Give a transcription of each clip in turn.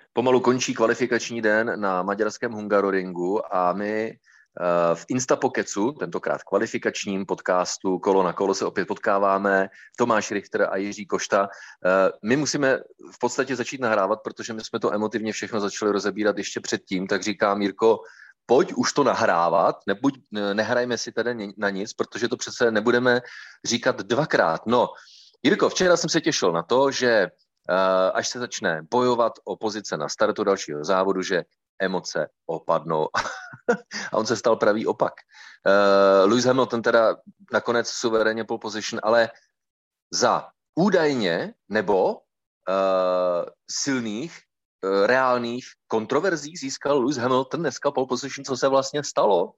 Pomalu končí kvalifikační den na maďarském Hungaroringu a my v Instapokecu, tentokrát v kvalifikačním podcastu Kolo na kolo se opět potkáváme, Tomáš Richter a Jiří Košta. My musíme v podstatě začít nahrávat, protože my jsme to emotivně všechno začali rozebírat ještě předtím, tak říkám, Jirko, pojď už to nahrávat, nehrajme si tady na nic, protože to přece nebudeme říkat dvakrát. No, Jirko, včera jsem se těšil na to, že až se začne bojovat o pozice na startu dalšího závodu, že emoce opadnou. A on se stal pravý opak. Lewis Hamilton teda nakonec suverénně pole position, ale za údajně nebo silných, reálných kontroverzí získal Lewis Hamilton dneska pole position. Co se vlastně stalo?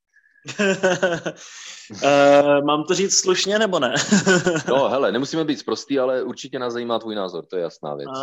Mám to říct slušně, nebo ne? No, hele, nemusíme být sprostý, ale určitě nás zajímá tvůj názor, to je jasná věc.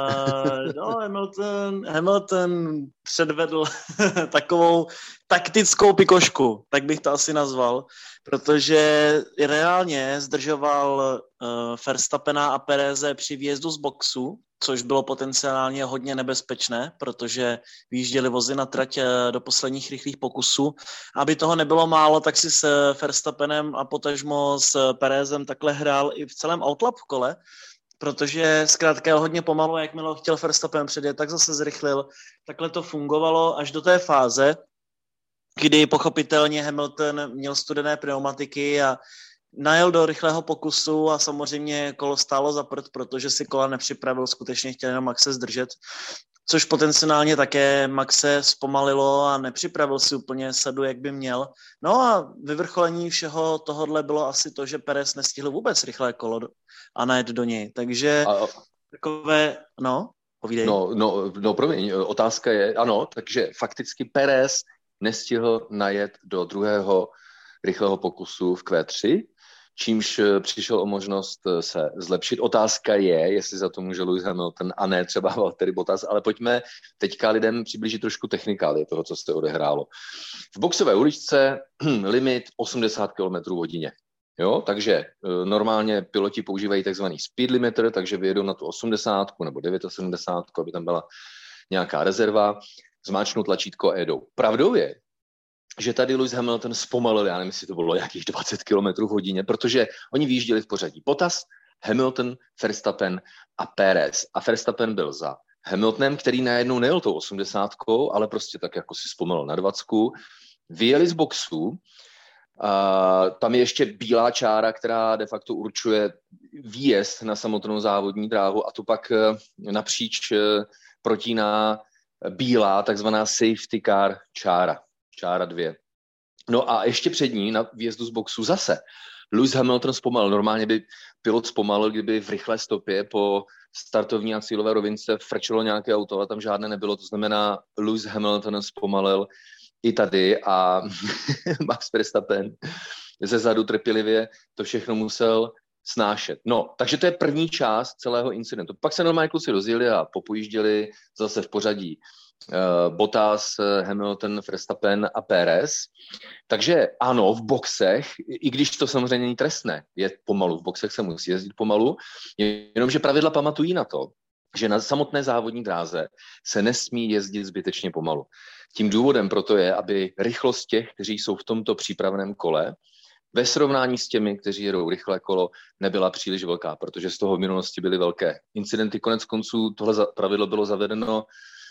Hamilton předvedl takovou taktickou pikošku, tak bych to asi nazval, protože reálně zdržoval Verstappena a Pereze při výjezdu z boxu, což bylo potenciálně hodně nebezpečné, protože vyjížděli vozy na trať do posledních rychlých pokusů. Aby toho nebylo málo, tak si s Verstappenem a potažmo s Perezem takhle hrál i v celém outlap kole, protože zkrátka hodně pomalu, jakmile chtěl Verstappen předjet, tak zase zrychlil. Takhle to fungovalo až do té fáze, kdy pochopitelně Hamilton měl studené pneumatiky a najel do rychlého pokusu a samozřejmě kolo stálo za prd, protože si kola nepřipravil, skutečně chtěl jenom Maxe zdržet, což potenciálně také Maxe zpomalilo a nepřipravil si úplně sadu, jak by měl. No a vyvrcholení všeho tohodle bylo asi to, že Perez nestihl vůbec rychlé kolo a najet do něj. Takže takové, povídej. No, promiň, otázka je, ano, takže fakticky Perez nestihl najet do druhého rychlého pokusu v Q3, čímž přišel o možnost se zlepšit. Otázka je, jestli za to může Lewis Hamilton a ne třeba Valtteri Bottas, ale pojďme teďka lidem přiblížit trošku technikálie toho, co se odehrálo. V boxové uličce limit 80 km/h. Jo, takže normálně piloti používají takzvaný speed limiter, takže vyjedou na tu 80 nebo 79, aby tam byla nějaká rezerva, zmáčknou tlačítko a jedou. Pravdou je, že tady Lewis Hamilton zpomalil, já nevím, jestli to bylo nějakých 20 km/h, protože oni vyjížděli v pořadí Bottas, Hamilton, Verstappen a Perez. A Verstappen byl za Hamiltonem, který najednou nejel tou 80, ale prostě tak jako si zpomalil na 20. Vyjeli z boxu, tam je ještě bílá čára, která de facto určuje výjezd na samotnou závodní dráhu a tu pak napříč protíná bílá, takzvaná safety car čára 2. No a ještě před ní na výjezdu z boxu zase Lewis Hamilton zpomalil. Normálně by pilot zpomalil, kdyby v rychlé stopě po startovní a cílové rovince frčelo nějaké auto a tam žádné nebylo. To znamená, Lewis Hamilton zpomalil i tady a Max Verstappen ze zadu trpělivě to všechno musel snášet. No, takže to je první část celého incidentu. Pak se normálně kluci rozjeli a popojížděli zase v pořadí Bottas, Hamilton, Verstappen a Perez. Takže ano, v boxech, i když to samozřejmě není trestné, je pomalu, v boxech se musí jezdit pomalu, jenomže pravidla pamatují na to, že na samotné závodní dráze se nesmí jezdit zbytečně pomalu. Tím důvodem proto je, aby rychlost těch, kteří jsou v tomto přípravném kole, ve srovnání s těmi, kteří jedou rychlé kolo, nebyla příliš velká, protože z toho v minulosti byly velké incidenty. Konec konců tohle pravidlo bylo zavedeno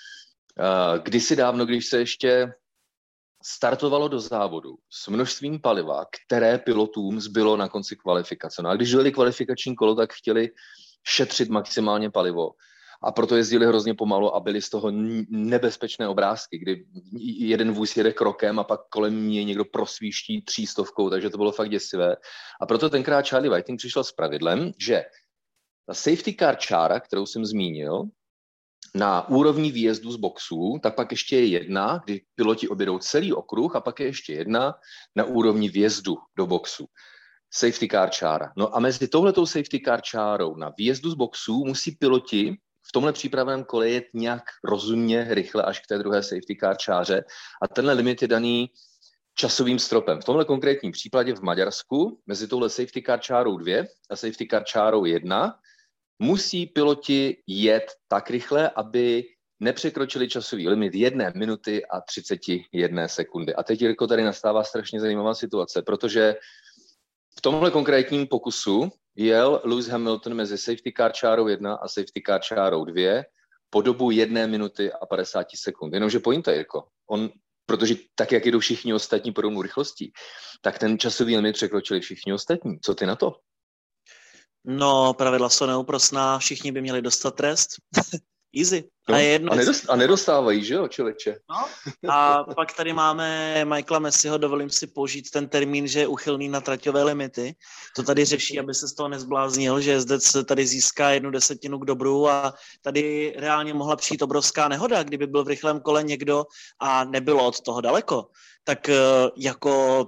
kdysi dávno, když se ještě startovalo do závodu s množstvím paliva, které pilotům zbylo na konci kvalifikace. No a když jeli kvalifikační kolo, tak chtěli šetřit maximálně palivo. A proto jezdili hrozně pomalu a byly z toho nebezpečné obrázky, kdy jeden vůz jede krokem a pak kolem něj někdo prosvíští 300, takže to bylo fakt děsivé. A proto tenkrát Charlie Whiting přišel s pravidlem, že ta safety car čára, kterou jsem zmínil, na úrovni výjezdu z boxů, tak pak ještě je jedna, kdy piloti objedou celý okruh a pak je ještě jedna na úrovni vjezdu do boxu. Safety car čára. No a mezi touhletou safety car čárou na výjezdu z boxů musí piloti v tomhle přípravném kole jet nějak rozumně, rychle až k té druhé safety car čáře a tenhle limit je daný časovým stropem. V tomhle konkrétním případě v Maďarsku mezi touhle safety car čárou 2 a safety car čárou 1 musí piloti jet tak rychle, aby nepřekročili časový limit 1 minuty a 31 sekundy. A teď, Jirko, tady nastává strašně zajímavá situace, protože v tomhle konkrétním pokusu jel Lewis Hamilton mezi safety car čárou 1 a safety car čárou 2 po dobu 1 minuty a 50 sekund. Jenomže pointa, Jirko, protože tak, jak jdou všichni ostatní podobnou rychlostí, tak ten časový limit překročili všichni ostatní. Co ty na to? No, pravidla jsou neúprosná, všichni by měli dostat trest. Easy. No, a nedostávají, že jo, člověče? No, a pak tady máme Michaela Messiho, dovolím si použít ten termín, že je uchylný na traťové limity. To tady řeší, aby se z toho nezbláznil, že jezdec tady získá 1/10 k dobru a tady reálně mohla přijít obrovská nehoda, kdyby byl v rychlém kole někdo a nebylo od toho daleko. Tak jako,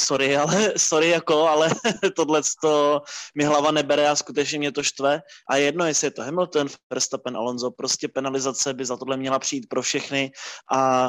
ale tohleto mi hlava nebere a skutečně mě to štve. A jedno, jestli je to Hamilton, Verstappen, Alonso, prostě penalizace by za tohle měla přijít pro všechny a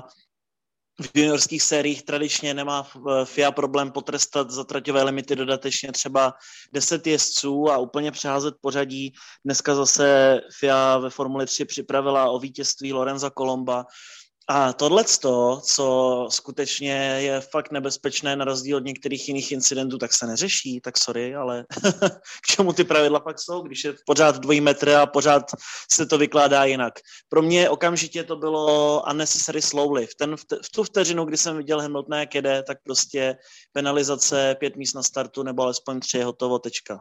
v juniorských sériích tradičně nemá FIA problém potrestat za traťové limity dodatečně třeba 10 jezdců a úplně přeházet pořadí. Dneska zase FIA ve Formuli 3 připravila o vítězství Lorenza Colomba. A tohleto, co skutečně je fakt nebezpečné na rozdíl od některých jiných incidentů, tak se neřeší, tak sorry, ale k čemu ty pravidla pak jsou, když je pořád 2 metry a pořád se to vykládá jinak. Pro mě okamžitě to bylo unnecessary slowly. V tu vteřinu, kdy jsem viděl Hamiltona, jak jede, tak prostě penalizace 5 míst na startu nebo alespoň 3 hotovo, tečka.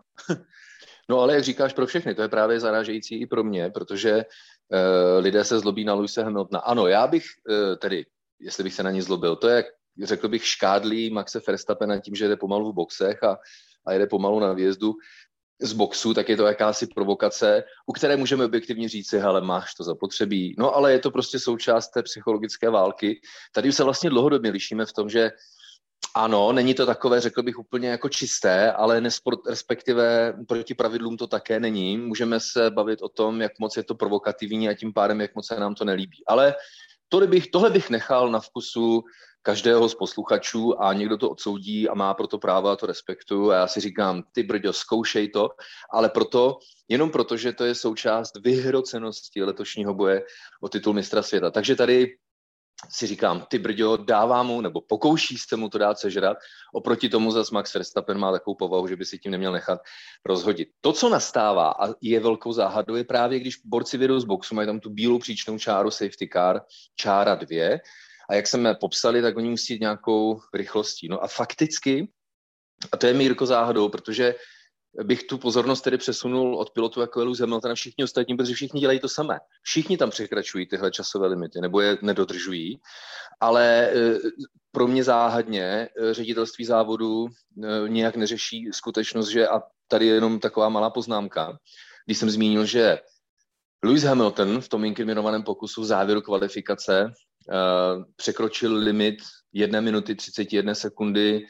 No ale jak říkáš, pro všechny, to je právě zarážející i pro mě, protože lidé se zlobí na Lewise Hamiltona. Ano, já bych tedy, jestli bych se na ní zlobil, to je, řekl bych, škádlí Maxe Verstappena tím, že jede pomalu v boxech a jede pomalu na výjezdu z boxu, tak je to jakási provokace, u které můžeme objektivně říci, hele, máš to zapotřebí. No ale je to prostě součást té psychologické války. Tady se vlastně dlouhodobě lišíme v tom, že ano, není to takové, řekl bych, úplně jako čisté, ale respektive proti pravidlům to také není. Můžeme se bavit o tom, jak moc je to provokativní a tím pádem, jak moc se nám to nelíbí. Ale tohle bych nechal na vkusu každého z posluchačů a někdo to odsoudí a má proto právo a to respektu. A já si říkám, ty brďo, zkoušej to, ale jenom proto, že to je součást vyhrocenosti letošního boje o titul mistra světa. Takže tady si říkám, ty brďo, dává mu, nebo pokouší se mu to dát sežrat, oproti tomu zase Max Verstappen má takovou povahu, že by si tím neměl nechat rozhodit. To, co nastává a je velkou záhadou, je právě, když borci vyjedou z boxu, mají tam tu bílou příčnou čáru safety car, čára 2, a jak jsme popsali, tak oni musí jít nějakou rychlostí. No a fakticky, a to je mi, Jirko, záhadou, protože bych tu pozornost tedy přesunul od pilotu jako Lewis Hamilton na všichni ostatní, protože všichni dělají to samé. Všichni tam překračují tyhle časové limity, nebo je nedodržují, ale pro mě záhadně ředitelství závodu nějak neřeší skutečnost, že, a tady je jenom taková malá poznámka, když jsem zmínil, že Lewis Hamilton v tom inkriminovaném pokusu v závěru kvalifikace překročil limit 1 minuty 31 sekundy,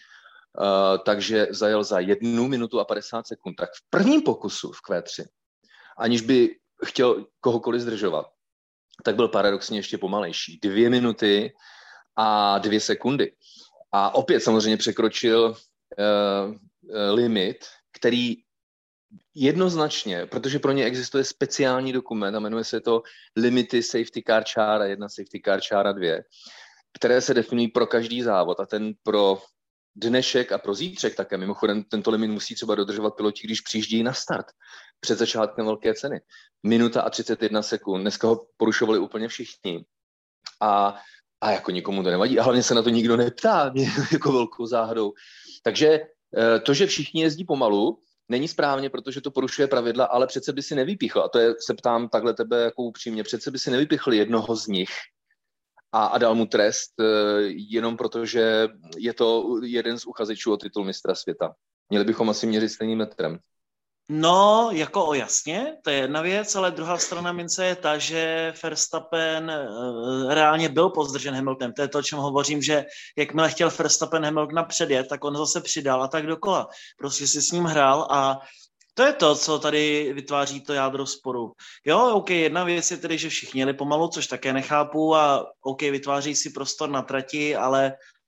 takže zajel za 1 minutu a 50 sekund. Tak v prvním pokusu v Q3, aniž by chtěl kohokoliv zdržovat, tak byl paradoxně ještě pomalejší. 2 minuty a 2 sekundy. A opět samozřejmě překročil limit, který jednoznačně, protože pro ně existuje speciální dokument a jmenuje se to limity safety car čára 1, safety car čára 2, které se definují pro každý závod a ten pro dnešek a pro zítřek také. Mimochodem tento limit musí třeba dodržovat piloti, když přijíždějí na start před začátkem velké ceny. 1 minuta a 31 sekund. Dneska ho porušovali úplně všichni. A jako nikomu to nevadí. A hlavně se na to nikdo neptá, mě jako velkou záhadou. Takže to, že všichni jezdí pomalu, není správně, protože to porušuje pravidla, ale přece by si nevypíchl. A to je, se ptám takhle tebe jako upřímně, přece by si nevypíchl jednoho z nich a dal mu trest jenom proto, že je to jeden z uchazečů o titul mistra světa. Měli bychom asi měřit stejným metrem. No, jako jasně, to je jedna věc, ale druhá strana mince je ta, že Verstappen reálně byl pozdržen Hamiltonem. To je to, o čem hovořím, že jakmile chtěl Verstappen Hamiltona předjet, tak on zase přidal a tak dokola. Prostě si s ním hrál a to je to, co tady vytváří to jádro sporu. Jo, OK, jedna věc je tedy, že všichni jeli pomalu, což také nechápu a OK, vytváří si prostor na trati, ale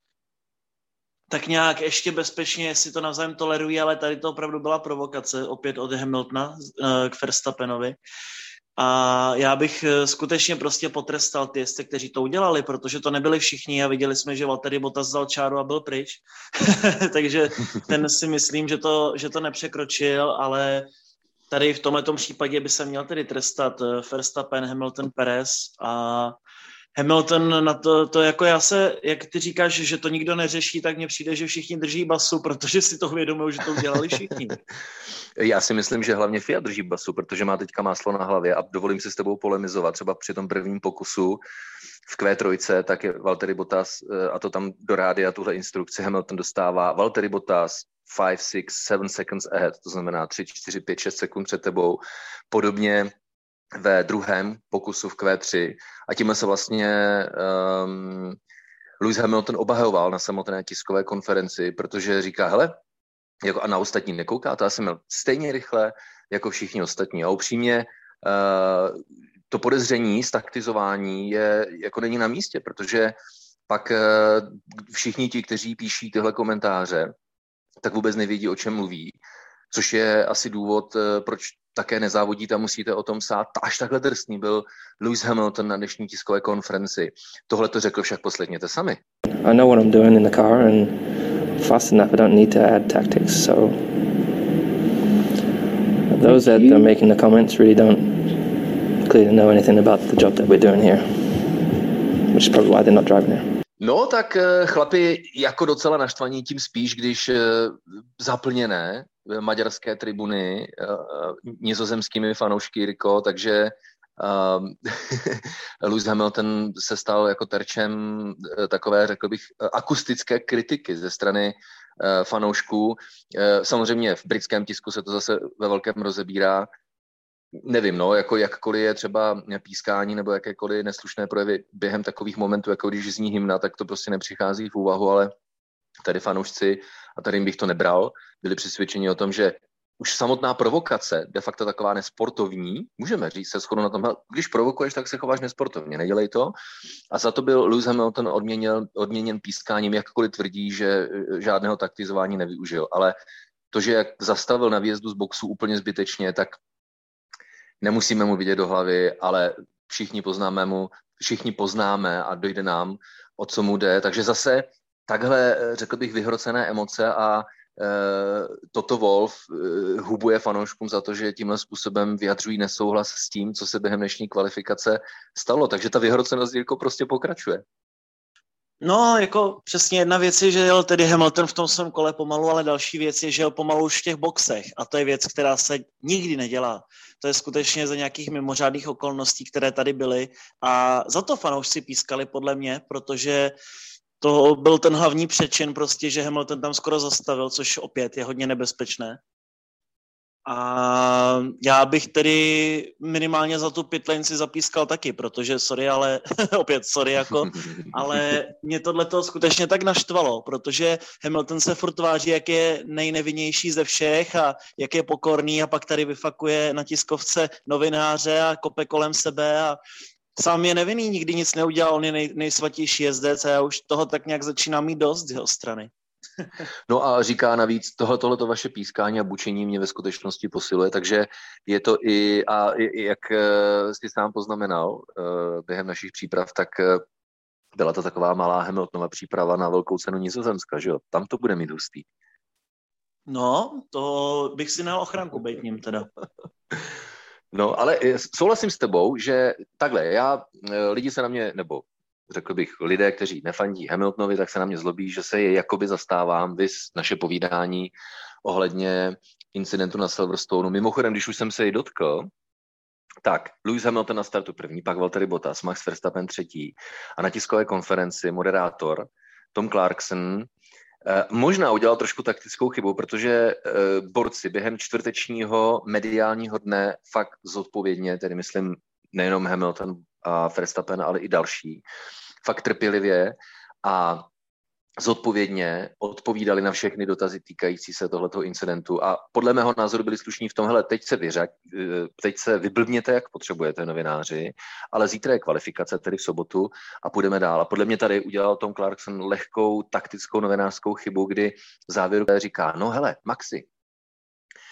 tak nějak ještě bezpečně si to navzájem tolerují, ale tady to opravdu byla provokace opět od Hamiltona k Verstappenovi. A já bych skutečně prostě potrestal ty jezdce, kteří to udělali, protože to nebyli všichni a viděli jsme, že Valtteri Bottas vzal čáru a byl pryč. Takže ten si myslím, že to nepřekročil, ale tady v tomhletom případě by se měl tedy trestat Verstappen, Hamilton, Perez a Hamilton na to jako jak ty říkáš, že to nikdo neřeší, tak mně přijde, že všichni drží basu, protože si to uvědomují, že to udělali všichni. Já si myslím, že hlavně FIA drží basu, protože má teďka máslo na hlavě a dovolím si s tebou polemizovat. Třeba při tom prvním pokusu v Q3, tak je Valtteri Bottas, a to tam do rádia tuhle instrukci Hamilton dostává, Valtteri Bottas 5, 6, 7 seconds ahead, to znamená 3, 4, 5, 6 sekund před tebou. Podobně ve druhém pokusu v Q3 a tímhle se vlastně Lewis Hamilton obhajoval na samotné tiskové konferenci, protože říká, hele, jako a na ostatní nekoukáte, já jsem měl stejně rychle jako všichni ostatní. A upřímně to podezření z taktizování jako není na místě, protože pak všichni ti, kteří píší tyhle komentáře, tak vůbec nevědí, o čem mluví, což je asi důvod, proč také nezávodíte a musíte o tom psát. Až takhle drsný byl Lewis Hamilton na dnešní tiskové konferenci. Tohle to řekl však posledněte sami. I know what I'm doing in the car and fast enough, I don't need to add tactics, so those that are making the comments really don't clearly know anything about the job that we're doing here, which is probably why they're not driving here. No tak chlapi jako docela naštvaní, tím spíš, když zaplněné maďarské tribuny nizozemskými fanoušky, Jirko, takže Lewis Hamilton se stal jako terčem takové, řekl bych, akustické kritiky ze strany fanoušků. Samozřejmě v britském tisku se to zase ve velkém rozebírá. Nevím, no, jako jakkoliv je třeba pískání nebo jakékoliv neslušné projevy během takových momentů, jako když zní hymna, tak to prostě nepřichází v úvahu, ale tady fanoušci, a tady bych to nebral, byli přesvědčeni o tom, že už samotná provokace, de facto taková nesportovní, můžeme říct se shodou na tom, když provokuješ, tak se chováš nesportovně, nedělej to. A za to byl Lewis Hamilton odměněn pískáním, jakkoliv tvrdí, že žádného taktizování nevyužil. Ale to, že jak zastavil na výjezdu z boxu úplně zbytečně, tak nemusíme mu vidět do hlavy, ale všichni poznáme a dojde nám, o co mu jde. Takže zase takhle, řekl bych, vyhrocené emoce a Toto Wolff hubuje fanouškům za to, že tímhle způsobem vyjadřují nesouhlas s tím, co se během dnešní kvalifikace stalo. Takže ta vyhrocenost, Jirko, prostě pokračuje. No, jako přesně jedna věc je, že jel tedy Hamilton v tom svém kole pomalu, ale další věc je, že jel pomalu už v těch boxech a to je věc, která se nikdy nedělá. To je skutečně za nějakých mimořádných okolností, které tady byly a za to fanoušci pískali podle mě, protože to byl ten hlavní přečin prostě, že Hamilton tam skoro zastavil, což opět je hodně nebezpečné. A já bych tedy minimálně za tu pitlane si zapískal taky, protože sorry, ale opět sorry jako, ale mě tohleto skutečně tak naštvalo, protože Hamilton se furt tváří, jak je nejnevinnější ze všech a jak je pokorný a pak tady vyfakuje na tiskovce novináře a kope kolem sebe a sám je nevinný, nikdy nic neudělal, on je nejsvatější jezdec a já už toho tak nějak začínám mít dost z jeho strany. No a říká navíc, tohleto vaše pískání a bučení mě ve skutečnosti posiluje, takže je to i jak jsi sám poznamenal během našich příprav, tak byla to taková malá Hamiltonova příprava na velkou cenu Nizozemska, že jo? Tam to bude mít hustý. No, to bych si nehal ochranku bejt ním teda. No, ale souhlasím s tebou, že takhle, lidi se na mě, nebo řekl bych, lidé, kteří nefandí Hamiltonovi, tak se na mě zlobí, že se je jakoby zastávám, vys naše povídání ohledně incidentu na Silverstone. Mimochodem, když už jsem se jej dotkl, tak Lewis Hamilton na startu první, pak Valtteri Bottas, Max Verstappen třetí a na tiskové konferenci moderátor Tom Clarkson možná udělal trošku taktickou chybu, protože borci během čtvrtečního mediálního dne fakt zodpovědně, tedy myslím nejenom Hamilton a Verstappen, ale i další, fakt trpělivě a zodpovědně odpovídali na všechny dotazy týkající se tohletoho incidentu a podle mého názoru byli slušní v tom, hele, teď se vyblbněte, jak potřebujete, novináři, ale zítra je kvalifikace, tedy v sobotu a půjdeme dál. A podle mě tady udělal Tom Clarkson lehkou taktickou novinářskou chybu, kdy v závěru říká, no hele, Maxi,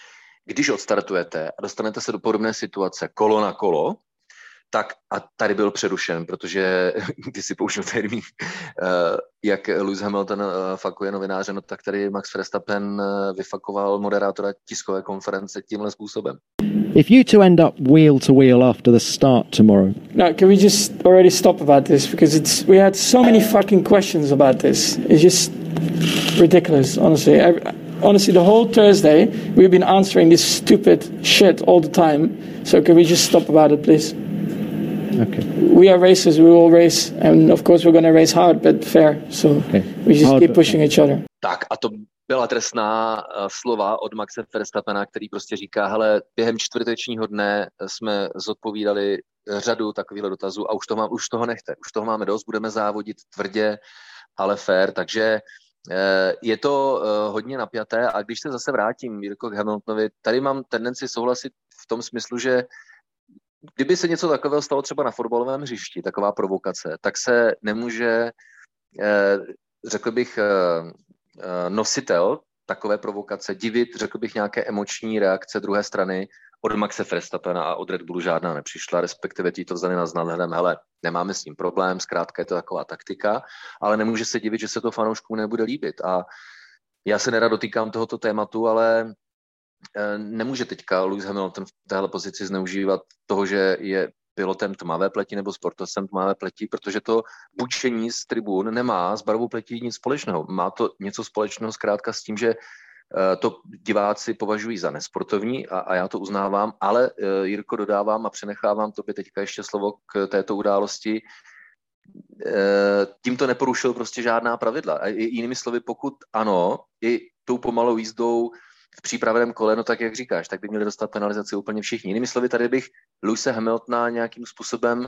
když odstartujete a dostanete se do podobné situace kolo na kolo, tak a tady byl přerušen, protože když si použil termín, jak Lewis Hamilton fakuje novináře, no tak tady Max Verstappen vyfakoval moderátora tiskové konference tímhle způsobem. If you two end up wheel to wheel after the start tomorrow. No, can we just already stop about this? Because we had so many fucking questions about this. It's just ridiculous, honestly. Honestly, the whole Thursday, we've been answering this stupid shit all the time. So can we just stop about it, please? Okay. We are racers, we will race. And of course we're going to race hard, but fair. So we just keep pushing each other. Tak a to byla trestná slova od Maxe Verstappena, který prostě říká, hele, během čtvrtečního dne jsme zodpovídali řadu takových dotazů a už toho nechte. Už toho máme dost, budeme závodit tvrdě, ale fair, takže je to hodně napjaté a když se zase vrátím, Jirko, k Hamiltonovi, tady mám tendenci souhlasit v tom smyslu, že kdyby se něco takového stalo třeba na fotbalovém hřišti, taková provokace, tak se nemůže, řekl bych, nositel takové provokace divit, řekl bych, nějaké emoční reakce druhé strany. Od Maxe Verstappena a od Red Bullu žádná nepřišla, respektive tí to vzali na nadhledem, hele, nemáme s tím problém, zkrátka je to taková taktika, ale nemůže se divit, že se to fanouškům nebude líbit. A já se nerad dotýkám tohoto tématu, ale nemůže teďka Lewis Hamilton v téhle pozici zneužívat toho, že je pilotem tmavé pleti nebo sportovcem tmavé pleti, protože to bučení z tribun nemá s barvou pleti nic společného. Má to něco společného zkrátka s tím, že to diváci považují za nesportovní a já to uznávám, ale Jirko, dodávám a přenechávám tobě teďka ještě slovo k této události. Tímto neporušil prostě žádná pravidla. A jinými slovy, pokud ano, i tou pomalou jízdou v přípravném kole, no tak jak říkáš, tak by měli dostat penalizaci úplně všichni. Jinými slovy, tady bych Lewise Hamiltona nějakým způsobem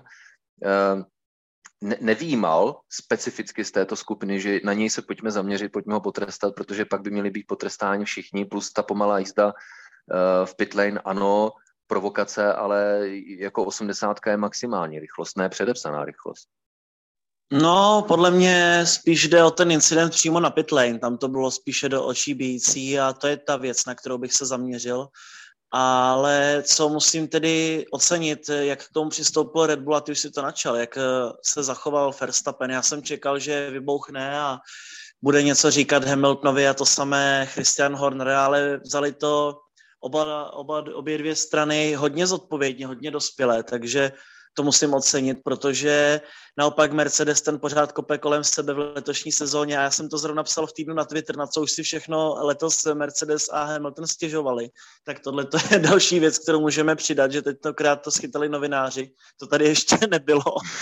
nevyjímal specificky z této skupiny, že na něj se pojďme zaměřit, pojďme ho potrestat, protože pak by měli být potrestáni všichni, plus ta pomalá jízda v pitlane, ano, provokace, ale jako 80 je maximální rychlost, ne předepsaná rychlost. No, podle mě spíš jde o ten incident přímo na pitlane, tam to bylo spíše do očí bijící a to je ta věc, na kterou bych se zaměřil. Ale co musím tedy ocenit, jak k tomu přistoupil Red Bull, a ty už si to načal, jak se zachoval Verstappen. Já jsem čekal, že vybouchne a bude něco říkat Hamiltonovi a to samé Christian Horner, ale vzali to obě dvě strany hodně zodpovědně, hodně dospělé, takže to musím ocenit, protože naopak Mercedes ten pořád kope kolem sebe v letošní sezóně a já jsem to zrovna psal v týdnu na Twitter, na co už si všechno letos Mercedes a Hamilton stěžovali. Tak tohle to je další věc, kterou můžeme přidat, že tentokrát to schytali novináři. To tady ještě nebylo.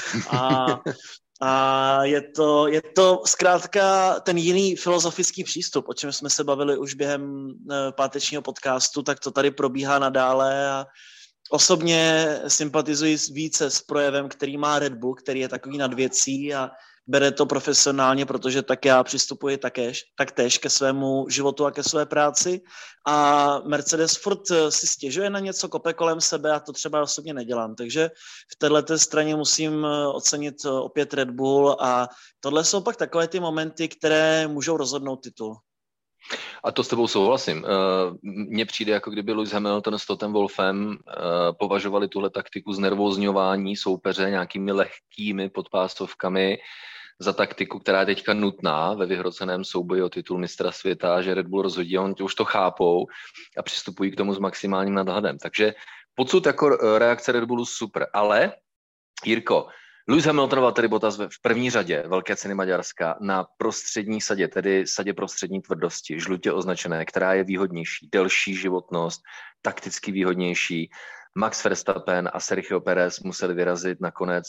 A je to zkrátka ten jiný filozofický přístup, o čem jsme se bavili už během pátečního podcastu, tak to tady probíhá nadále a osobně sympatizuji více s projevem, který má Red Bull, který je takový nad věcí a bere to profesionálně, protože tak já přistupuji taktéž ke svému životu a ke své práci. A Mercedes furt si stěžuje na něco, kope kolem sebe a to třeba osobně nedělám. Takže v této straně musím ocenit opět Red Bull a tohle jsou pak takové ty momenty, které můžou rozhodnout titul. A to s tebou souhlasím. Mně přijde, jako kdyby Lewis Hamilton s Totem Wolffem považovali tuhle taktiku znervózňování soupeře nějakými lehkými podpásovkami za taktiku, která je teďka nutná ve vyhroceném souboji o titul mistra světa, že Red Bull rozhodí, oni už to chápou a přistupují k tomu s maximálním nadhledem. Takže pocud jako reakce Red Bullu super. Ale, Jirko, Lewis Hamilton, Valtteri Bottas v první řadě velké ceny Maďarska na prostřední sadě, tedy sadě prostřední tvrdosti, žlutě označené, která je výhodnější, delší životnost, takticky výhodnější. Max Verstappen a Sergio Pérez museli vyrazit nakonec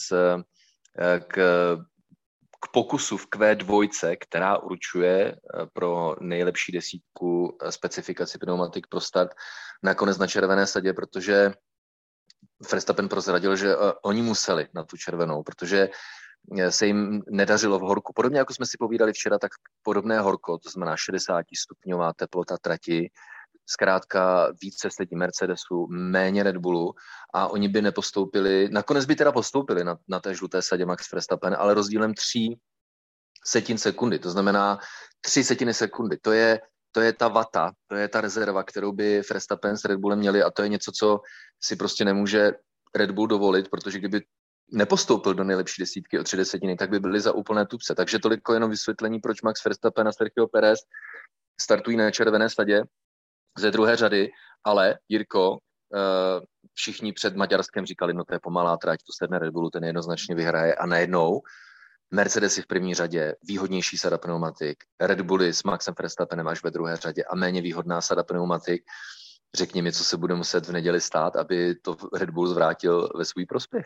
k pokusu v Q2, která určuje pro nejlepší desítku specifikaci pneumatik pro start nakonec na červené sadě, protože Verstappen prozradil, že oni museli na tu červenou, protože se jim nedařilo v horku. Podobně jako jsme si povídali včera, tak podobné horko, to znamená 60 stupňová teplota trati, zkrátka více sedí Mercedesu, méně Red Bullu a oni by nepostoupili, nakonec by teda postoupili na té žluté sadě Max Verstappen, ale rozdílem 3 setin sekundy, to znamená 3 setiny sekundy. To je to je ta vata, to je ta rezerva, kterou by Verstappen s Red Bullem měli a to je něco, co si prostě nemůže Red Bull dovolit, protože kdyby nepostoupil do nejlepší desítky o 3 desetiny, tak by byli za úplné tupce. Takže toliko jenom vysvětlení, proč Max Verstappen a Sergio Pérez startují na červené sadě ze druhé řady, ale Jirko, všichni před Maďarskem říkali, no to je pomalá trať, to sedne Red Bullu, ten jednoznačně vyhraje a najednou Mercedesy v první řadě, výhodnější sada pneumatik, Red Bulli s Maxem Verstappenem až ve druhé řadě a méně výhodná sada pneumatik. Řekni mi, co se bude muset v neděli stát, aby to Red Bull zvrátil ve svůj prospěch.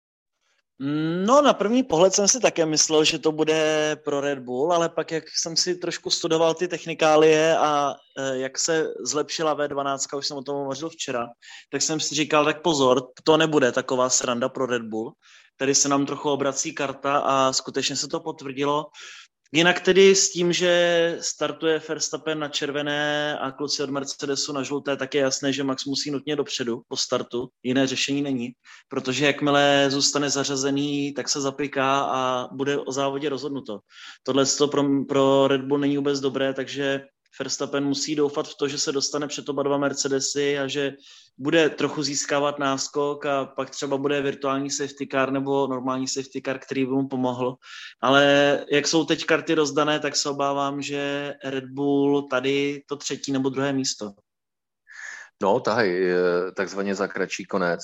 No, na první pohled jsem si také myslel, že to bude pro Red Bull, ale pak, jak jsem si trošku studoval ty technikálie a jak se zlepšila V12, už jsem o tom hovořil včera, tak jsem si říkal, tak pozor, to nebude taková sranda pro Red Bull. Tady se nám trochu obrací karta a skutečně se to potvrdilo. Jinak tedy s tím, že startuje Verstappen na červené a kluci od Mercedesu na žluté, tak je jasné, že Max musí nutně dopředu po startu. Jiné řešení není, protože jakmile zůstane zařazený, tak se zapiká a bude o závodě rozhodnuto. Tohle pro Red Bull není vůbec dobré, takže Verstappen musí doufat v to, že se dostane před oba dva Mercedesy a že bude trochu získávat náskok a pak třeba bude virtuální safety car nebo normální safety car, který by mu pomohl. Ale jak jsou teď karty rozdané, tak se obávám, že Red Bull tady to 3. nebo 2. místo. No, tahej, takzvaně za kratší konec.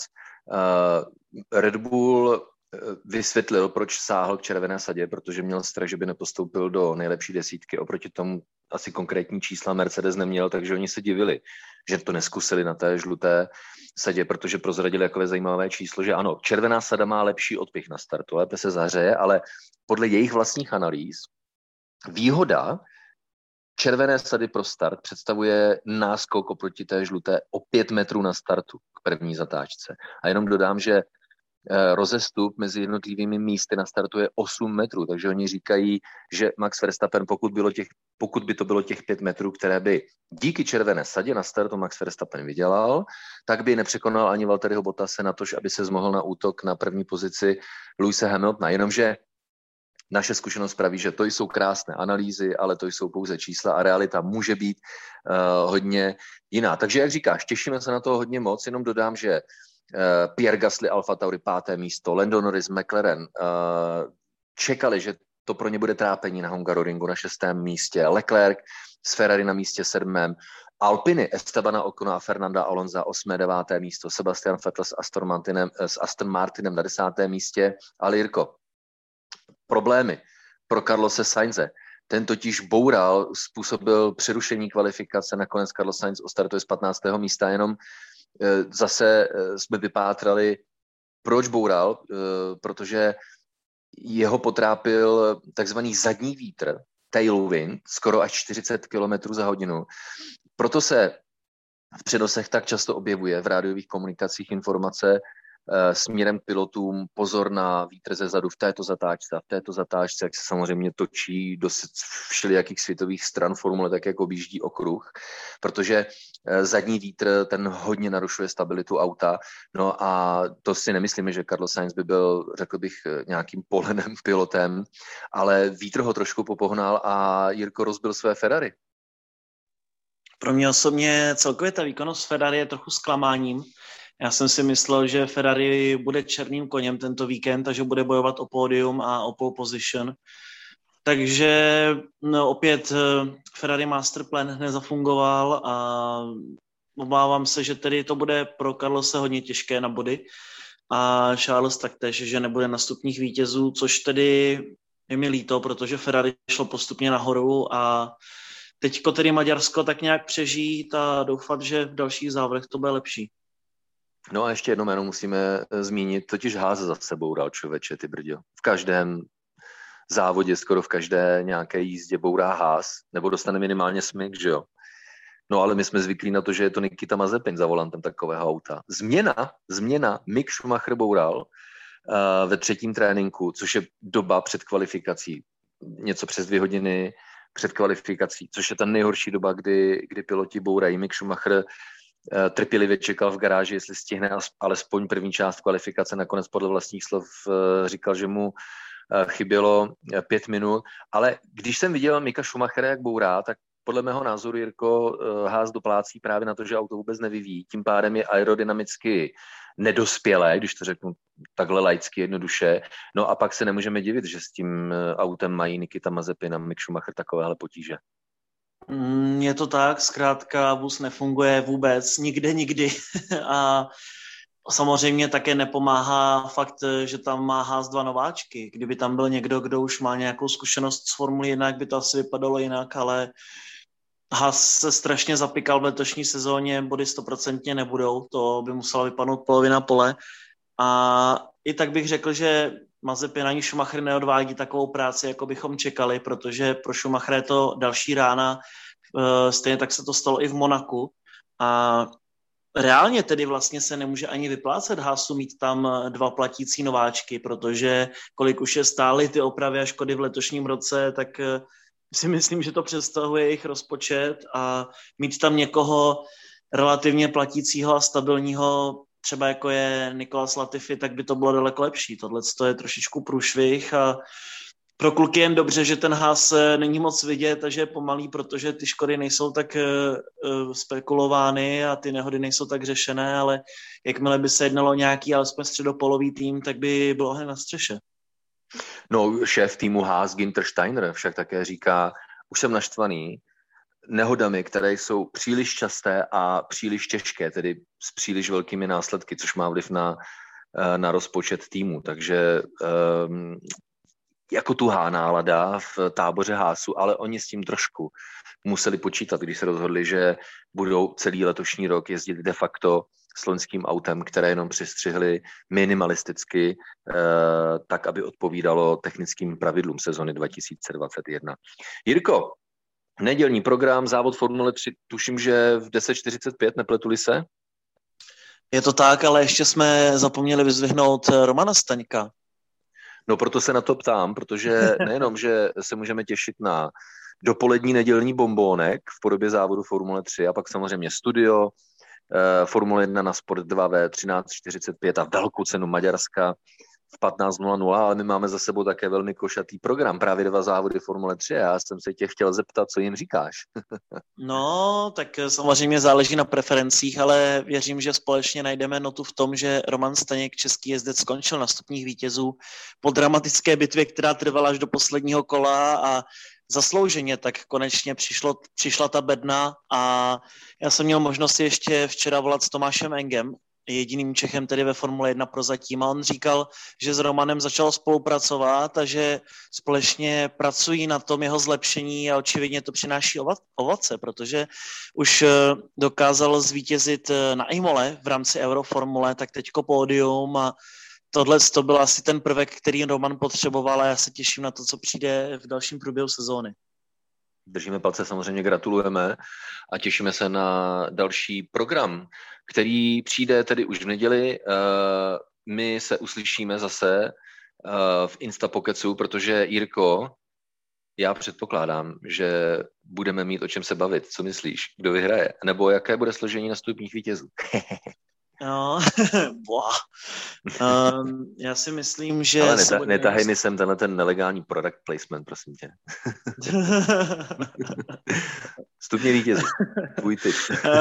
Red Bull vysvětlil, proč sáhl k červené sadě, protože měl strach, že by nepostoupil do nejlepší desítky. Oproti tomu asi konkrétní čísla Mercedes neměl, takže oni se divili, že to neskusili na té žluté sadě, protože prozradili takové zajímavé číslo, že ano, červená sada má lepší odpich na startu, lépe se zahřeje, ale podle jejich vlastních analýz výhoda červené sady pro start představuje náskok oproti té žluté o 5 metrů na startu k první zatáčce. A jenom dodám, že rozestup mezi jednotlivými místy na startu je 8 metrů, takže oni říkají, že Max Verstappen, pokud by to bylo těch 5 metrů, které by díky červené sadě na startu Max Verstappen vydělal, tak by nepřekonal ani Valtteriho Bottase na to, aby se zmohl na útok na první pozici Lewise Hamiltona. Jenomže naše zkušenost praví, že to jsou krásné analýzy, ale to jsou pouze čísla a realita může být hodně jiná. Takže jak říkáš, těšíme se na to hodně moc, jenom dodám, že Pierre Gasly, Alfa Tauri 5. místo, Lando Norris, McLaren čekali, že to pro ně bude trápení na Hungaroringu na 6. místě, Leclerc s Ferrari na místě 7. Alpiny, Estebana Ocona a Fernanda Alonsa 8. 9. místo, Sebastian Vettel s Aston Martinem na 10. místě, ale Jirko, problémy pro Carlose Sainze. Ten totiž boural, způsobil přerušení kvalifikace, nakonec Carlos Sainz ostartuje z 15. místa, jenom zase jsme vypátrali, proč boural, protože jeho potrápil takzvaný zadní vítr, tailwind, skoro až 40 km za hodinu. Proto se v přenosech tak často objevuje v rádiových komunikacích informace směrem k pilotům, pozor na vítr ze zadu v této zatáčce, jak se samozřejmě točí do všelijakých světových stran formule, tak jak objíždí okruh, protože zadní vítr ten hodně narušuje stabilitu auta, no a to si nemyslíme, že Carlos Sainz by byl, řekl bych, nějakým poleným pilotem, ale vítr ho trošku popohnal a Jirko rozbil své Ferrari. Pro mě osobně celkově ta výkonnost Ferrari je trochu zklamáním. Já jsem si myslel, že Ferrari bude černým koněm tento víkend a že bude bojovat o pódium a o pole position. Takže opět Ferrari Masterplan nezafungoval a obávám se, že tedy to bude pro Carlose hodně těžké na body a Charles taktéž, že nebude na stupních vítězů, což tedy je mi líto, protože Ferrari šlo postupně nahoru a teďko tedy Maďarsko tak nějak přežít a doufat, že v dalších závodech to bude lepší. No a ještě jedno jméno musíme zmínit, totiž Haas za sebou dal, člověče, ty brďo. V každém závodě, skoro v každé nějaké jízdě bourá Haas, nebo dostane minimálně smyk, že jo. No ale my jsme zvyklí na to, že je to Nikita Mazepin za volantem takového auta. Změna, Mick Schumacher boural ve 3. tréninku, což je doba před kvalifikací, něco přes 2 hodiny před kvalifikací, což je ta nejhorší doba, kdy piloti bourají. Mick Schumacher trpělivě čekal v garáži, jestli stihne alespoň první část kvalifikace, nakonec podle vlastních slov říkal, že mu chybělo 5 minut, ale když jsem viděl Micka Schumachera, jak bourá, tak podle mého názoru, Jirko, Haas doplácí právě na to, že auto vůbec nevyvíjí. Tím pádem je aerodynamicky nedospělé, když to řeknu takhle laicky, jednoduše. No a pak se nemůžeme divit, že s tím autem mají Nikita Mazepin a Mick Schumacher takovéhle potíže. Je to tak, zkrátka vůz nefunguje vůbec, nikdy a samozřejmě také nepomáhá fakt, že tam má Haas 2 nováčky. Kdyby tam byl někdo, kdo už má nějakou zkušenost s Formulí 1, jak by to asi vypadalo jinak, ale Haas se strašně zapykal v letošní sezóně, body 100% nebudou, to by musela vypadnout polovina pole. A i tak bych řekl, že Mazepin ani Schumacher neodvádí takovou práci, jako bychom čekali, protože pro Schumachera je to další rána, stejně tak se to stalo i v Monaku. A reálně tedy vlastně se nemůže ani vyplácet Haasu mít tam 2 platící nováčky, protože kolik už je stály ty opravy a škody v letošním roce, tak si myslím, že to představuje jejich rozpočet a mít tam někoho relativně platícího a stabilního, třeba jako je Nicolas Latifi, tak by to bylo daleko lepší. Tohle je trošičku průšvih a pro kluky jen dobře, že ten Haas není moc vidět a že je pomalý, protože ty škody nejsou tak spekulovány a ty nehody nejsou tak řešené, ale jakmile by se jednalo o nějaký alespoň středopolový tým, tak by bylo hned na střeše. No, šéf týmu Haas Günther Steiner však také říká, už jsem naštvaný nehodami, které jsou příliš časté a příliš těžké, tedy s příliš velkými následky, což má vliv na rozpočet týmu. Takže jako tuhá nálada v táboře Haasu, ale oni s tím trošku museli počítat, když se rozhodli, že budou celý letošní rok jezdit de facto s loňským autem, které jenom přistřihli minimalisticky, tak, aby odpovídalo technickým pravidlům sezony 2021. Jirko, nedělní program, závod Formule 3, tuším, že v 10:45, nepletu-li se? Je to tak, ale ještě jsme zapomněli vyzvihnout Romana Staňka. No proto se na to ptám, protože nejenom, že se můžeme těšit na dopolední nedělní bombónek v podobě závodu Formule 3 a pak samozřejmě studio, Formule 1 na Sport 2 ve 13:45 a velkou cenu Maďarska v 15:00, ale my máme za sebou také velmi košatý program, právě 2 závody Formule 3 a já jsem se tě chtěl zeptat, co jim říkáš. No, tak samozřejmě záleží na preferencích, ale věřím, že společně najdeme notu v tom, že Roman Staněk, český jezdec, skončil na stupních vítězů po dramatické bitvě, která trvala až do posledního kola a zaslouženě tak konečně přišla ta bedna a já jsem měl možnost ještě včera volat s Tomášem Engem, jediným Čechem tedy ve Formule 1 prozatím, a on říkal, že s Romanem začal spolupracovat a že společně pracují na tom jeho zlepšení a očividně to přináší ovoce, protože už dokázal zvítězit na Imole v rámci Euroformule, tak teďko pódium a tohle to byl asi ten prvek, který Roman potřeboval a já se těším na to, co přijde v dalším průběhu sezóny. Držíme palce, samozřejmě gratulujeme a těšíme se na další program, který přijde tedy už v neděli. My se uslyšíme zase v Instapokecu, protože Jirko, já předpokládám, že budeme mít o čem se bavit. Co myslíš? Kdo vyhraje? Nebo jaké bude složení nastupních vítězů? No, já si myslím, že... Ale netahej mi sem tenhle ten nelegální product placement, prosím tě. Stupně vítězů. Tvůj tip.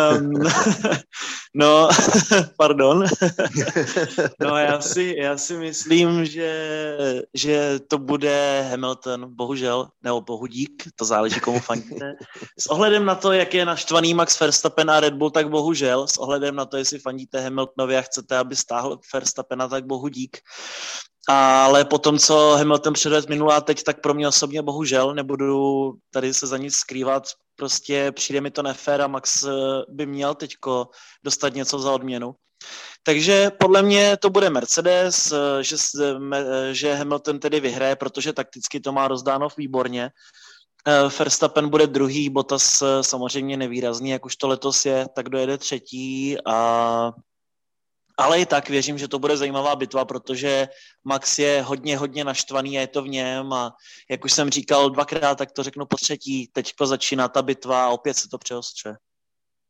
No, pardon. No, já si myslím, že to bude Hamilton, bohužel, nebo bohudík, to záleží, komu fandíte. S ohledem na to, jak je naštvaný Max Verstappen a Red Bull, tak bohužel. S ohledem na to, jestli fandíte Hamiltonovi a chcete, aby stáhl Verstappena, tak bohudík. Ale po tom, co Hamilton předvedl minulá a teď, tak pro mě osobně bohužel, nebudu tady se za nic skrývat, prostě přijde mi to nefér a Max by měl teďko dostat něco za odměnu. Takže podle mě to bude Mercedes, že Hamilton tedy vyhraje, protože takticky to má rozdáno výborně. Verstappen bude druhý, Bottas samozřejmě nevýrazný, jak už to letos je, tak dojede třetí ale i tak věřím, že to bude zajímavá bitva, protože Max je hodně naštvaný a je to v něm a jak už jsem říkal 2krát, tak to řeknu po třetí, teďko začíná ta bitva a opět se to přeostře.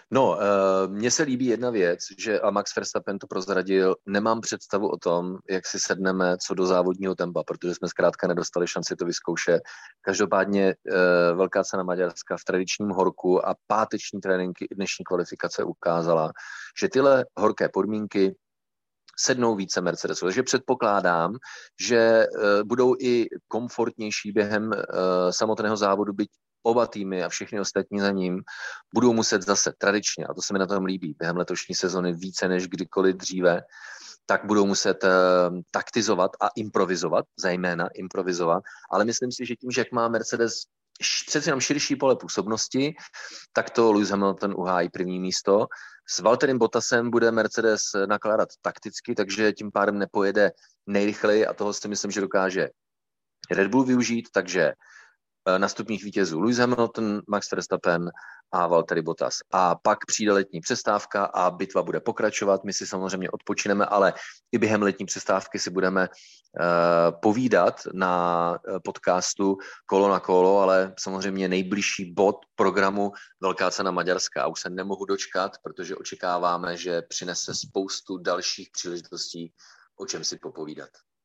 No, mně se líbí jedna věc, že a Max Verstappen to prozradil, nemám představu o tom, jak si sedneme co do závodního tempa, protože jsme zkrátka nedostali šanci to vyzkoušet. Každopádně velká cena Maďarska v tradičním horku a páteční tréninky i dnešní kvalifikace ukázala, že tyhle horké podmínky sednou více Mercedesu. Takže předpokládám, že budou i komfortnější během samotného závodu, byť oba týmy a všechny ostatní za ním budou muset zase tradičně, a to se mi na tom líbí, během letošní sezony více než kdykoliv dříve, tak budou muset taktizovat a improvizovat, zejména improvizovat, ale myslím si, že tím, že jak má Mercedes přeci jenom širší pole působnosti, tak to Lewis Hamilton uhájí první místo. S Valtterem Bottasem bude Mercedes nakládat takticky, takže tím pádem nepojede nejrychleji a toho si myslím, že dokáže Red Bull využít, takže na stupních vítězů Lewis Hamilton, Max Verstappen a Valtteri Bottas. A pak přijde letní přestávka a bitva bude pokračovat. My si samozřejmě odpočineme, ale i během letní přestávky si budeme povídat na podcastu Kolo na kolo, ale samozřejmě nejbližší bod programu Velká cena Maďarska. A už se nemohu dočkat, protože očekáváme, že přinese spoustu dalších příležitostí, o čem si popovídat.